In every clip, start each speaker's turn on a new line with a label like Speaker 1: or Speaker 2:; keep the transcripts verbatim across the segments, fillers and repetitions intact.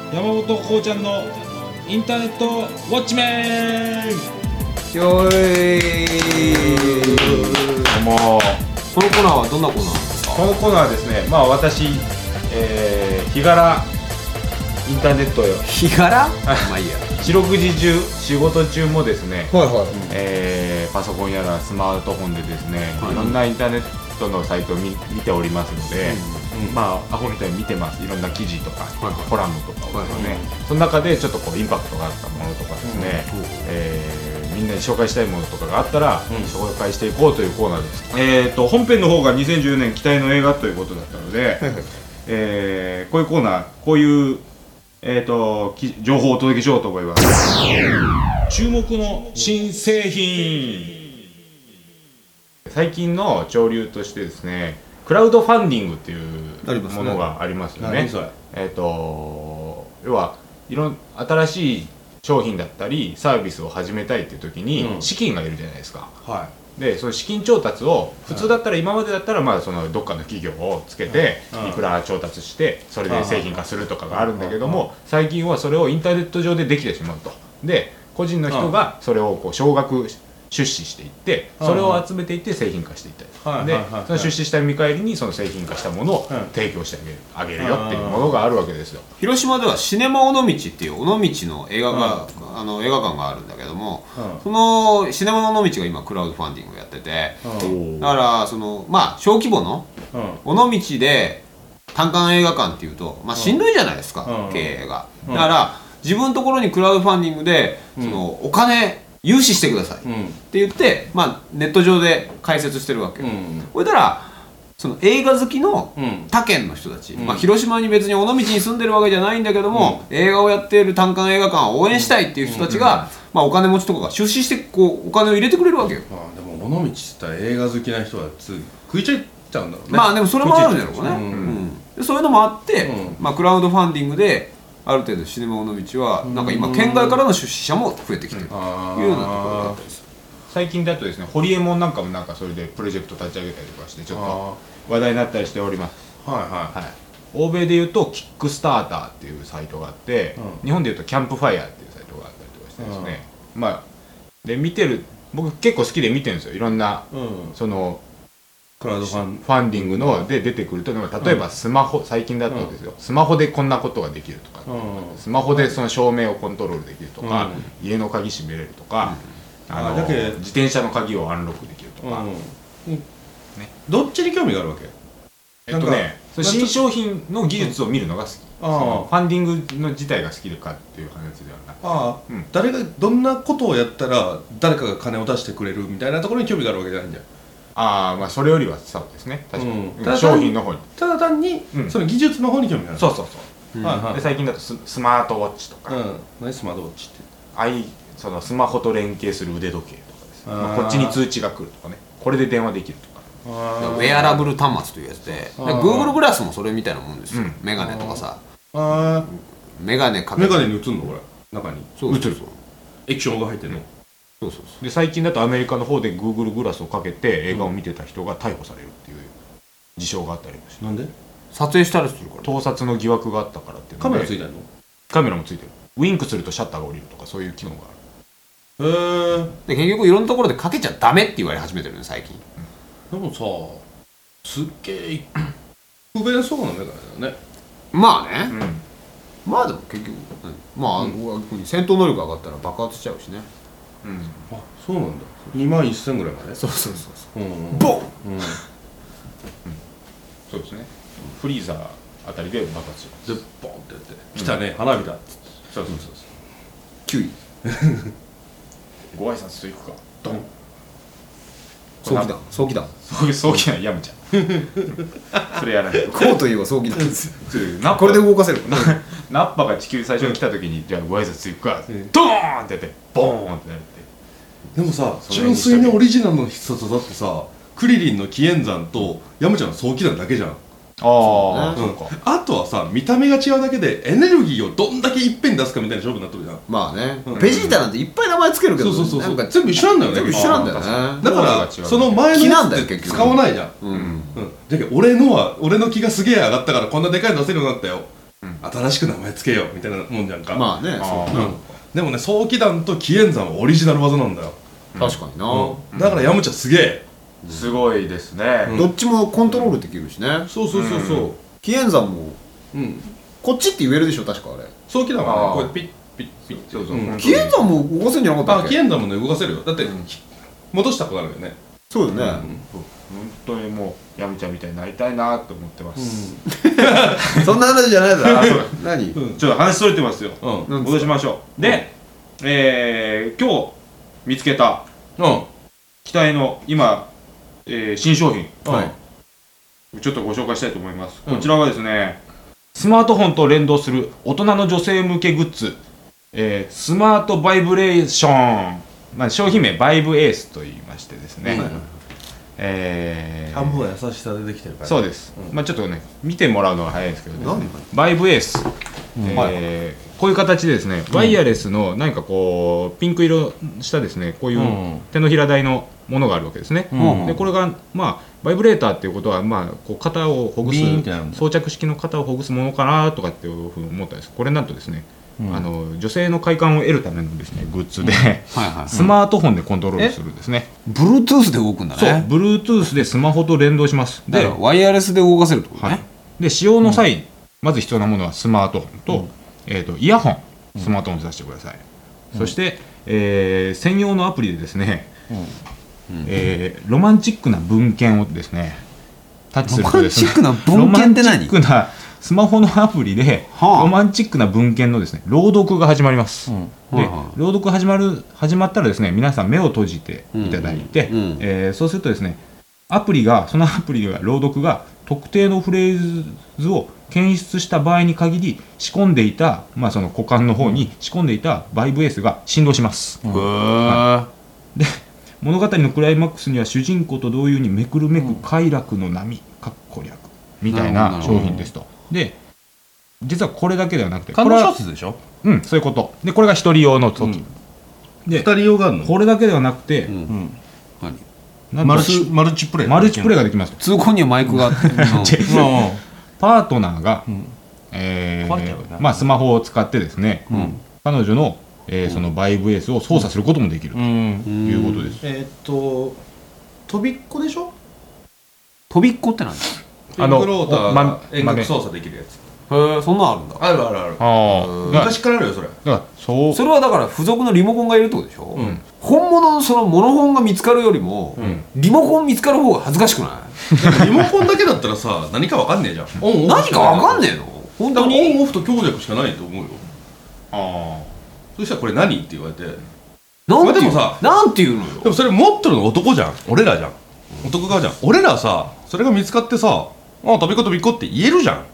Speaker 1: 山本こうちゃんのインターネットウォッチメン。
Speaker 2: よーい。
Speaker 1: どうも。
Speaker 2: このコーナーはどんなコーナーなんですか？
Speaker 1: このコーナーはですね、まあ私、えー、日柄インターネットよ
Speaker 2: 日柄まあいいや。
Speaker 1: 四六時中仕事中もですね、
Speaker 2: はいはい、
Speaker 1: えー、パソコンやらスマートフォンでですね、
Speaker 2: はい、
Speaker 1: いろんなインターネットのサイトを 見, 見ておりますので、うんうん、まあアホみたいに見てます。いろんな記事とか、はい、コラムとかをですね、はいはい、その中でちょっとこうインパクトがあったものとかですね、うん、えー、みんなに紹介したいものとかがあったら、うん、紹介していこうというコーナーです。えーと本編の方がにせんじゅうねん期待の映画ということだったので、えー、こういうコーナー、こういうえーと情報をお届けしようと思います。注目の新製品。最近の潮流としてですね、クラウドファンディングっていうものがありますよね。えーと要はいろん新しい商品だったりサービスを始めたいっていう時に資金がいるじゃないですか。うん、はい。でその資金調達を普通だったら、今までだったらまあそのどっかの企業をつけていくら調達してそれで製品化するとかがあるんだけども、最近はそれをインターネット上でできてしまうと。で個人の人がそれをこう少額出資していってそれを集めていって製品化していったり、でその出資した見返りにその製品化したものを提供してあげるあげるよっていうものがあるわけですよ。
Speaker 2: 広島ではシネマ尾道っていう尾道の映画が、うん、あの映画館があるんだけども、うん、そのシネマ尾道が今クラウドファンディングをやってて、うん、だからそのまあ小規模の尾道で単館映画館っていうと、まあ、しんどいじゃないですか、うん、経営が。だから自分のところにクラウドファンディングでそのお金融資してくださいって言って、まあ、ネット上で解説してるわけよ。それたらその映画好きの他県の人たち、うん、まあ、広島に別に尾道に住んでるわけじゃないんだけども、うん、映画をやっている単館映画館を応援したいっていう人たちが、うん、まあ、お金持ちとかが出資してこうお金を入れてくれるわけよ。
Speaker 3: ああ、でも尾道って言ったら映画好きな人はつ食いちゃっちゃうんだろうね。
Speaker 2: まあでもそれもあるんだろうね、うんうん、でそういうのもあって、うん、まあ、クラウドファンディングである程度シネマ尾道はなんか今県外からの出資者も増えてきてるというようなところだったりする。
Speaker 1: 最近だとですね、ホリエモンなんかもなんかそれでプロジェクト立ち上げたりとかしてちょっと話題になったりしております。はいはいはい。欧米でいうとキックスターターっていうサイトがあって、うん、日本でいうとキャンプファイヤーっていうサイトがあったりとかしてですね、うん、まあで見てる、僕結構好きで見てるんですよ。いろんな、うん、そのクラウドファン、ファンディングので出てくると、例えばスマホ、最近だとですよ、スマホでこんなことができるとか、スマホでその照明をコントロールできるとか、家の鍵閉めれるとか、あの自転車の鍵をアンロックできるとか、
Speaker 3: ね、どっちに興味があるわけ？
Speaker 1: えっとね、新商品の技術を見るのが好き。そのファンディングの自体が好きかっていう話ではなくて、
Speaker 3: ああ、うん、誰がどんなことをやったら誰かが金を出してくれるみたいなところに興味があるわけじゃないんだよ。
Speaker 1: ああ、まあそれよりはそうですね、確かに、うん、商品の方に
Speaker 3: ただ単に、うん、その技術の方に興味がある。
Speaker 1: そうそうそう、うん、はいはい、で最近だと ス, スマートウォッチとか、うん、
Speaker 3: 何スマートウォッチって
Speaker 1: あいそのスマホと連携する腕時計とかですね、まあ、こっちに通知が来るとかね、これで電話できるとか、
Speaker 2: ウェアラブル端末というやつで、Google グラスもそれみたいなもんですよ、うん、メガネとかさ、あメガネかけ
Speaker 3: メガネに映るのこれ中に
Speaker 2: そうそうそう、
Speaker 3: 液晶が入ってるの、
Speaker 1: そうそうそう。で最近だとアメリカの方で Google グラスをかけて映画を見てた人が逮捕されるっていう事象があったりもして。
Speaker 3: なんで？
Speaker 2: 撮影したりするから、
Speaker 1: 盗撮の疑惑があったからっていうので。
Speaker 3: カメラついてるの？
Speaker 1: カメラもついてる。ウインクするとシャッターが降りるとかそういう機能がある。
Speaker 2: へえ。で結局いろんなところでかけちゃダメって言われ始めてるね最近、
Speaker 3: うん、でもさすっげえ不便そうなメガネだね。
Speaker 2: まあね、うん、まあでも結局まあ、うん、戦闘能力上がったら爆発しちゃうしね。
Speaker 3: うん、あ、そうなんだ。にまんせんぐらいまで。
Speaker 2: そうそうそうそう、うんうん、
Speaker 1: ボン、うんうん、そうですね、フリーザーあたりで爆発します。
Speaker 3: でボンってやって来たね、うん、花火だっつって、
Speaker 1: そうそうそうそう、
Speaker 2: キュウイ
Speaker 1: ご挨拶といくか、ドン、
Speaker 2: 早期だ早期だ
Speaker 1: 早期なやむちゃんそれやらない。
Speaker 2: こうといえば早期なんですよこれで動かせる
Speaker 1: ナッパが地球最初に来た時に、じゃあご挨拶いくか、ドーンってやってボーンってなって。
Speaker 3: でもさ、純粋なオリジナルの必殺だってさ、クリリンの紀元山とヤムちゃんの早期弾だけじゃん。
Speaker 1: ああ、
Speaker 3: そうか。あとはさ、見た目が違うだけでエネルギーをどんだけいっぺんに出すかみたいな勝負になってるじゃん。
Speaker 2: まあね、ベジータなんていっぱい名前つけるけど、
Speaker 3: そうそうそう、全部一緒なんだよね。
Speaker 2: 全部一緒なんだよね。
Speaker 3: だからその前のやつって使わないじゃん。うん。だけど俺のは俺の気がすげえ上がったからこんなでかいの出せるようになったよ。 新しく名前つけようみたいなもんじゃんか。
Speaker 2: まあねそう、
Speaker 3: うん、でもね早期弾と紀元山はオリジナル技なんだよ。
Speaker 2: 確かにな、
Speaker 3: うん、だからヤムチャすげえ、
Speaker 1: すごいですね、
Speaker 3: うん
Speaker 2: どっちもコントロールできるしね。
Speaker 3: そうそうそうそう、
Speaker 2: 紀元山も
Speaker 3: うん、
Speaker 2: こっちって言えるでしょ確かあれ。
Speaker 3: 早期弾は
Speaker 1: あー
Speaker 3: ねこうやってピッピッピッって
Speaker 1: そうそう、
Speaker 3: うん
Speaker 2: 紀元山も動かせんじゃなかった
Speaker 3: あ
Speaker 2: っけ。
Speaker 3: 紀元山もね動かせるよ。だって、戻したくなるよね。
Speaker 2: そうだよね、
Speaker 1: 本当にもうヤムちゃんみたいになりたいなと思ってます、
Speaker 2: そんな話じゃないだろ何、
Speaker 3: うん
Speaker 1: ちょっと話それてますよ、
Speaker 3: うん
Speaker 2: なん
Speaker 1: 戻しましょう。で、えー、今日見つけた
Speaker 3: うん
Speaker 1: 期待の今、えー新商品、
Speaker 2: はい
Speaker 1: ちょっとご紹介したいと思います、
Speaker 3: うん
Speaker 1: こちらはですねスマートフォンと連動する大人の女性向けグッズ、えースマートバイブレーション、まあ、商品名バイブエースと言いましてですね、
Speaker 3: はいはい
Speaker 1: えー
Speaker 3: 半分は優しさでできてるから。
Speaker 1: そうです、
Speaker 3: うん
Speaker 1: まあちょっとね見てもらうのが早いんですけどね、
Speaker 2: 何
Speaker 1: バイブエース、
Speaker 3: うん
Speaker 1: えーこういう形でですねワイヤレスの何かこうピンク色したですねこういう
Speaker 3: うん
Speaker 1: 手のひら台のものがあるわけですね、
Speaker 3: うん
Speaker 1: でこれがまあバイブレーターっていうことはまあこう肩をほぐす
Speaker 3: ビーンってなるんだ
Speaker 1: 装着式の肩をほぐすものかなとかっていうふうに思ったんです。これなんとですね、
Speaker 3: うん
Speaker 1: あの女性の快感を得るためのですねグッズで、
Speaker 2: はいはい
Speaker 1: スマートフォンでコントロールするんですね、
Speaker 2: Bluetooth で動くんだ
Speaker 1: そう
Speaker 2: ね。
Speaker 1: Bluetooth でスマホと連動します。で
Speaker 2: だからワイヤレスで動かせるってこと
Speaker 1: はい
Speaker 2: ね、、
Speaker 1: で使用の際、まず必要なものはスマートフォンと,、えー、とイヤホンスマートフォンで出してください、そして、えー専用のアプリでですね、えーロマンチックな文献をですねタッチするとですね
Speaker 2: ロマンチックな文献って何
Speaker 1: ロマンチックなスマホのアプリで、
Speaker 2: はあ
Speaker 1: ロマンチックな文献のですね朗読が始まります、
Speaker 3: うん
Speaker 1: で、
Speaker 2: はいはい
Speaker 1: 朗読始まる始まったらですね皆さん目を閉じていただいて、
Speaker 2: うんうん
Speaker 1: えーそうするとですねアプリがそのアプリでは朗読が特定のフレーズを検出した場合に限り仕込んでいた、まあ、その股間の方に仕込んでいたバイブエースが振動します、
Speaker 2: へー
Speaker 1: で物語のクライマックスには主人公と同様にめくるめく快楽の波かっこ略みたいな商品ですと。で実はこれだけではなくてこ
Speaker 3: 感動
Speaker 1: れは
Speaker 3: 小説でしょ。
Speaker 1: うんそういうことでこれが一人用の時、
Speaker 3: うん
Speaker 1: で
Speaker 3: 二人用があるの。
Speaker 1: これだけではなくて、
Speaker 2: うん
Speaker 3: うん
Speaker 2: 何
Speaker 1: なんと
Speaker 3: マルチマルチプレイ。
Speaker 1: マルチプレイができますと。
Speaker 2: 通行にはマイクがあって、うん
Speaker 3: うん
Speaker 1: パートナーが、
Speaker 3: ん
Speaker 1: え
Speaker 3: 壊れちゃうよな
Speaker 1: ーまあ、スマホを使ってですね、
Speaker 3: ん
Speaker 1: 彼女の、えーそのバイブエースを操作することもできると
Speaker 3: うん。
Speaker 1: いうことです。
Speaker 3: えーっと飛びっこでしょ。
Speaker 2: 飛びっこって何？へ
Speaker 1: あの
Speaker 3: ピンクローター
Speaker 1: ま
Speaker 3: が遠隔操作できるやつ。
Speaker 2: え、そんなんあるんだ。
Speaker 3: あるあるある。
Speaker 1: ああ、だ
Speaker 3: 昔からあるよそれ。
Speaker 1: だからそう
Speaker 2: それはだから付属のリモコンがいるってことでしょ、
Speaker 3: うん
Speaker 2: 本物のそのモノホンが見つかるよりも、リモコン見つかる方が恥ずかしくない？
Speaker 3: でもリモコンだけだったらさ何かわかんねえじゃん。オンオフ
Speaker 2: 何かわかん
Speaker 3: ね
Speaker 2: ねえの本
Speaker 3: え。だから
Speaker 2: 当に
Speaker 3: オンオフと強弱しかないと思うよ。
Speaker 1: あ
Speaker 3: そしたらこれ何って言われて。
Speaker 2: なんていう
Speaker 3: まあでもさ
Speaker 2: なんて言うのよ
Speaker 3: でもそれ持ってるの男じゃん。俺らじゃん。男側じゃん。俺らさそれが見つかってさあ飛びっこ飛びっこって言えるじゃん。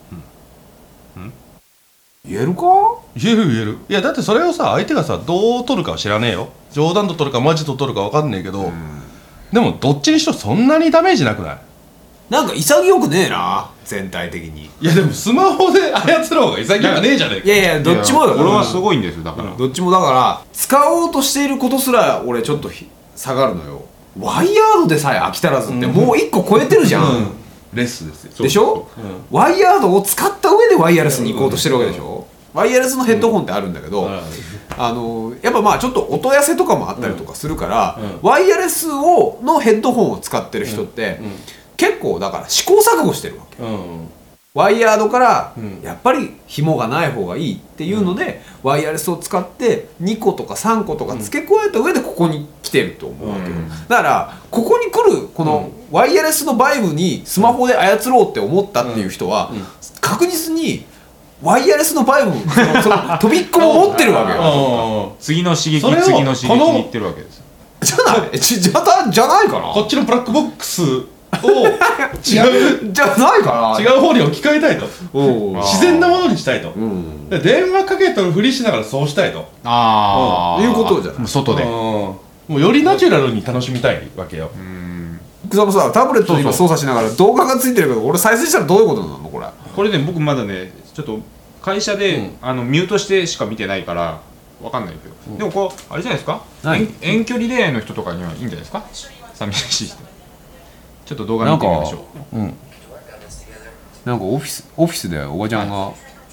Speaker 2: 言えるか？
Speaker 3: 言える言える。いやだってそれをさ相手がさどう取るかは知らねえよ。冗談と取るかマジと取るかわかんねえけど、でもどっちにしろそんなにダメージなくない？
Speaker 2: なんか潔くねえな全体的に。
Speaker 3: いやでもスマホで操る方が潔くねえじゃねえか。
Speaker 2: いやいや
Speaker 1: あ
Speaker 2: どっちもだ
Speaker 1: これはすごいんですよだから、
Speaker 2: どっちもだから使おうとしていることすら俺ちょっとひ下がるのよ。ワイヤードでさえ飽き足らずってもう一個超えてるじゃん、
Speaker 3: うんレスですよ。
Speaker 2: でしょ、ワイヤードを使った上でワイヤレスに行こうとしてるわけでしょ、ワイヤレスのヘッドホンってあるんだけど、
Speaker 3: うん
Speaker 2: あのやっぱまあちょっと音痩せとかもあったりとかするから、
Speaker 3: うん
Speaker 2: ワイヤレスをのヘッドホンを使ってる人って、
Speaker 3: うんうん
Speaker 2: 結構だから試行錯誤してるわけ。
Speaker 3: うん
Speaker 2: ワイヤードから
Speaker 3: うん
Speaker 2: やっぱり紐がない方がいいっていうので、ワイヤレスを使ってにことかさんことか付け加えた上でここに来てると思うわけよ、
Speaker 1: うん
Speaker 2: だからここに来るこのワイヤレスのバイブにスマホで操ろうって思ったっていう人は
Speaker 3: うんうん
Speaker 2: 確実にワイヤレスのバイブそのその飛びっこも持ってるわけよ
Speaker 1: 次の刺激
Speaker 3: それを
Speaker 1: 次の刺激
Speaker 3: この
Speaker 1: にいってるわけです。
Speaker 2: じゃないえちじゃたじゃないかな
Speaker 3: こっちのブラックボックスを違う
Speaker 2: じゃないかな
Speaker 3: 違う方に置き換えたいと。
Speaker 2: おう
Speaker 1: あ
Speaker 3: 自然なものにしたいと。
Speaker 2: うん
Speaker 3: で電話かけとるふりしながらそうしたいと。
Speaker 1: ああ、
Speaker 2: いうことじゃない
Speaker 1: もう外で。
Speaker 3: うんもうよりナチュラルに楽しみたいわけよ。
Speaker 2: そのさタブレットを今操作しながら動画がついてるけど俺再生したらどういうことなのこれ。
Speaker 1: これね僕まだねちょっと会社で、
Speaker 3: うん
Speaker 1: あのミュートしてしか見てないからわかんないけど、でもこうあれじゃないですか、
Speaker 2: 何
Speaker 1: 遠遠距離恋愛の人とかにはいいんじゃないですか、寂しい人。ちょっと動画見てみましょう。
Speaker 3: うん。
Speaker 2: なんかオフィスオフィスでおばちゃんが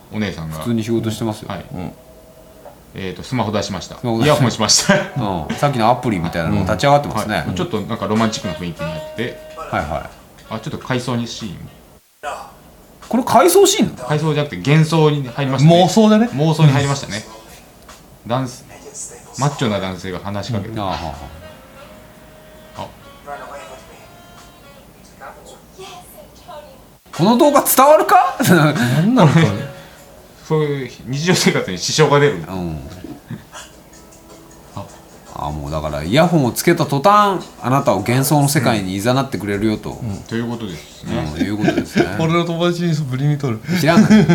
Speaker 1: お姉さんが
Speaker 2: 普通に仕事してますよ、
Speaker 1: はい、
Speaker 3: うん
Speaker 1: えー、とスマホ出しました。
Speaker 2: マホ出し
Speaker 1: イヤホンしました。
Speaker 2: うん、さっきのアプリみたいなの立ち上がってますね、
Speaker 1: はい、ちょっとなんかロマンチックな雰囲気になって、
Speaker 2: はいはい
Speaker 1: あ、ちょっと回想にシーン、
Speaker 2: これ回想シーンなの？
Speaker 1: 回想じゃなくて幻想に入りましたね。
Speaker 3: 妄想だね。
Speaker 1: 妄想に入りましたね。ダンスマッチョな男性が話しかけて、
Speaker 2: ああはあこの動画伝わるか？
Speaker 3: なんなのこれ
Speaker 1: そういう日常生活に支障が出る。
Speaker 2: うんあもうだからイヤホンをつけた途端あなたを幻想の世界に誘ってくれるよと、うん
Speaker 1: ということですね。
Speaker 2: うん、いうことですね。
Speaker 3: 俺の友達にブリに取る。
Speaker 2: 知らんない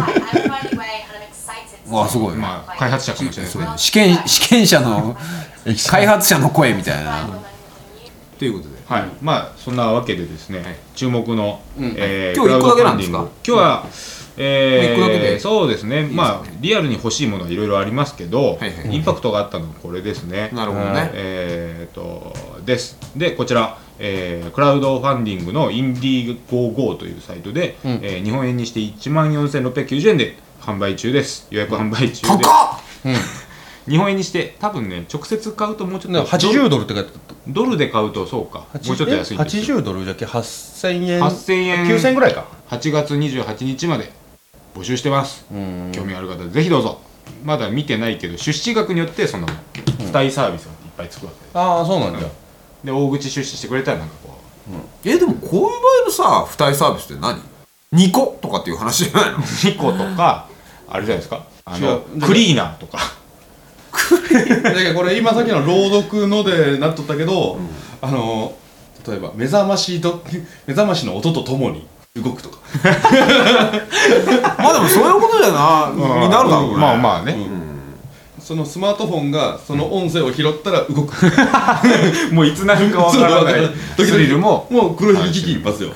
Speaker 2: あすごい、
Speaker 1: まあ開発者かもしれないですね。
Speaker 2: 試験試験者の開発者の声みたいなということで、
Speaker 1: はい、まあそんなわけでですね、注目の、えー
Speaker 2: 今日いっこだけなんですか？
Speaker 1: クラウドファンディング今日は、え
Speaker 2: いっこだけで
Speaker 1: ー、そうですね、まあリアルに欲しいものはいろいろありますけど、
Speaker 2: はいはい
Speaker 1: インパクトがあったのはこれですね。
Speaker 2: なるほどね。
Speaker 1: えーとですでこちら、えー、クラウドファンディングのインディーゴーゴーというサイトで、うんえー、日本円にしていちまんよんせんろっぴゃくきゅうじゅうえんで販売中です。予約販売中で、
Speaker 2: 高っ、
Speaker 3: うん、
Speaker 1: 日本円にして多分ね直接買うともうちょっと
Speaker 3: はちじゅうドルって書いてあった。
Speaker 1: ドルで買うとそうかもうちょっと安いん
Speaker 3: は
Speaker 1: ですよ。
Speaker 3: ちじゅうドルじゃけはっせんえん
Speaker 1: はっせんえん
Speaker 3: きゅうせんえんぐらいか。
Speaker 1: はちがつにじゅうはちにちまで募集してます。興味ある方ぜひどうぞ。まだ見てないけど出資額によってその付帯サービスがいっぱいつくわけです。
Speaker 3: ああそうなんだ。
Speaker 1: で大口出資してくれたらなんかこ
Speaker 2: うん、えでもこういう場合のさ付帯サービスって何？にことかっていう話じゃないの？
Speaker 1: うにことかあれじゃないですか、あの
Speaker 3: 違う
Speaker 1: クリーナーとか
Speaker 3: だけどこれ今さっきの朗読のでなっとったけど、うん、あの例えば目覚ましと目覚ましの音とともに動くとか
Speaker 2: まあでもそういうことじゃな、うん、になるだろうね。
Speaker 1: まあまあね、うん、
Speaker 3: そのスマートフォンがその音声を拾ったら動く
Speaker 1: もういつなるかわからないスリルも
Speaker 3: もう黒ひげ危機一発よ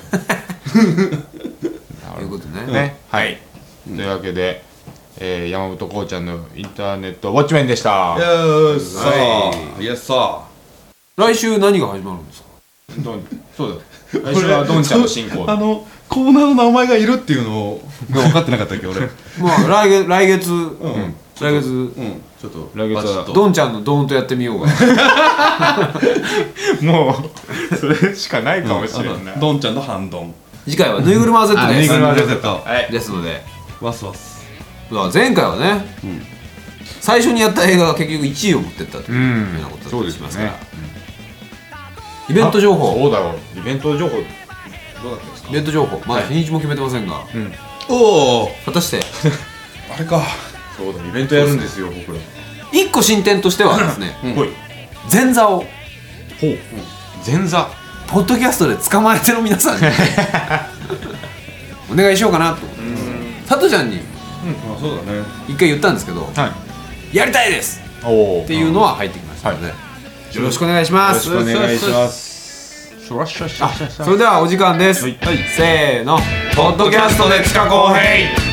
Speaker 2: ということね、
Speaker 1: ね、はい、うん、というわけで、えー、山本こうちゃんのインターネットウォッチメンでした。
Speaker 3: イエースさあイエスさあ
Speaker 2: 来週何が始まるんですか？
Speaker 1: どんそうだ来週はどんちゃんの進行
Speaker 3: あのコーナーの名前がいるっていうのが分かってなかったっけ俺
Speaker 2: まあ来月来月、うん、来月、
Speaker 3: うん、ちょっと
Speaker 1: 来月は
Speaker 2: どんちゃんのドーンとやってみようが
Speaker 1: もうそれしかないかもしれない、
Speaker 3: うん、どんちゃんの半ドン。
Speaker 2: 次回はぬいぐるま Z です。
Speaker 1: ぬいぐるま Z、
Speaker 2: はい、ですので
Speaker 3: ワスワス
Speaker 2: 前回はね、うん、最初にやった映画が結局いちいを持ってったというようなことだったりしますから、イベント情報
Speaker 1: そうだろうイベント情報どうだったんですか？
Speaker 2: イベント情報まだ日にちも決めてませんが、うん、
Speaker 3: おお
Speaker 2: 果たして
Speaker 3: あれか
Speaker 1: そうだイベントやるんですよ僕ら。
Speaker 2: いっこ進展としてはですね、うん、前座をほう、
Speaker 1: うん、前座
Speaker 2: ポッドキャストで捕まえての皆さんにお願いしようかなと佐藤ちゃんに、うん、
Speaker 3: あそうだね
Speaker 2: 一回言ったんですけど、はい、やりたいですっていうのは入ってきましたので、はい、よろしくお願いします。
Speaker 1: よろしくお願いします。
Speaker 2: それではお時間です、はい、せーのポッドキャストで塚公平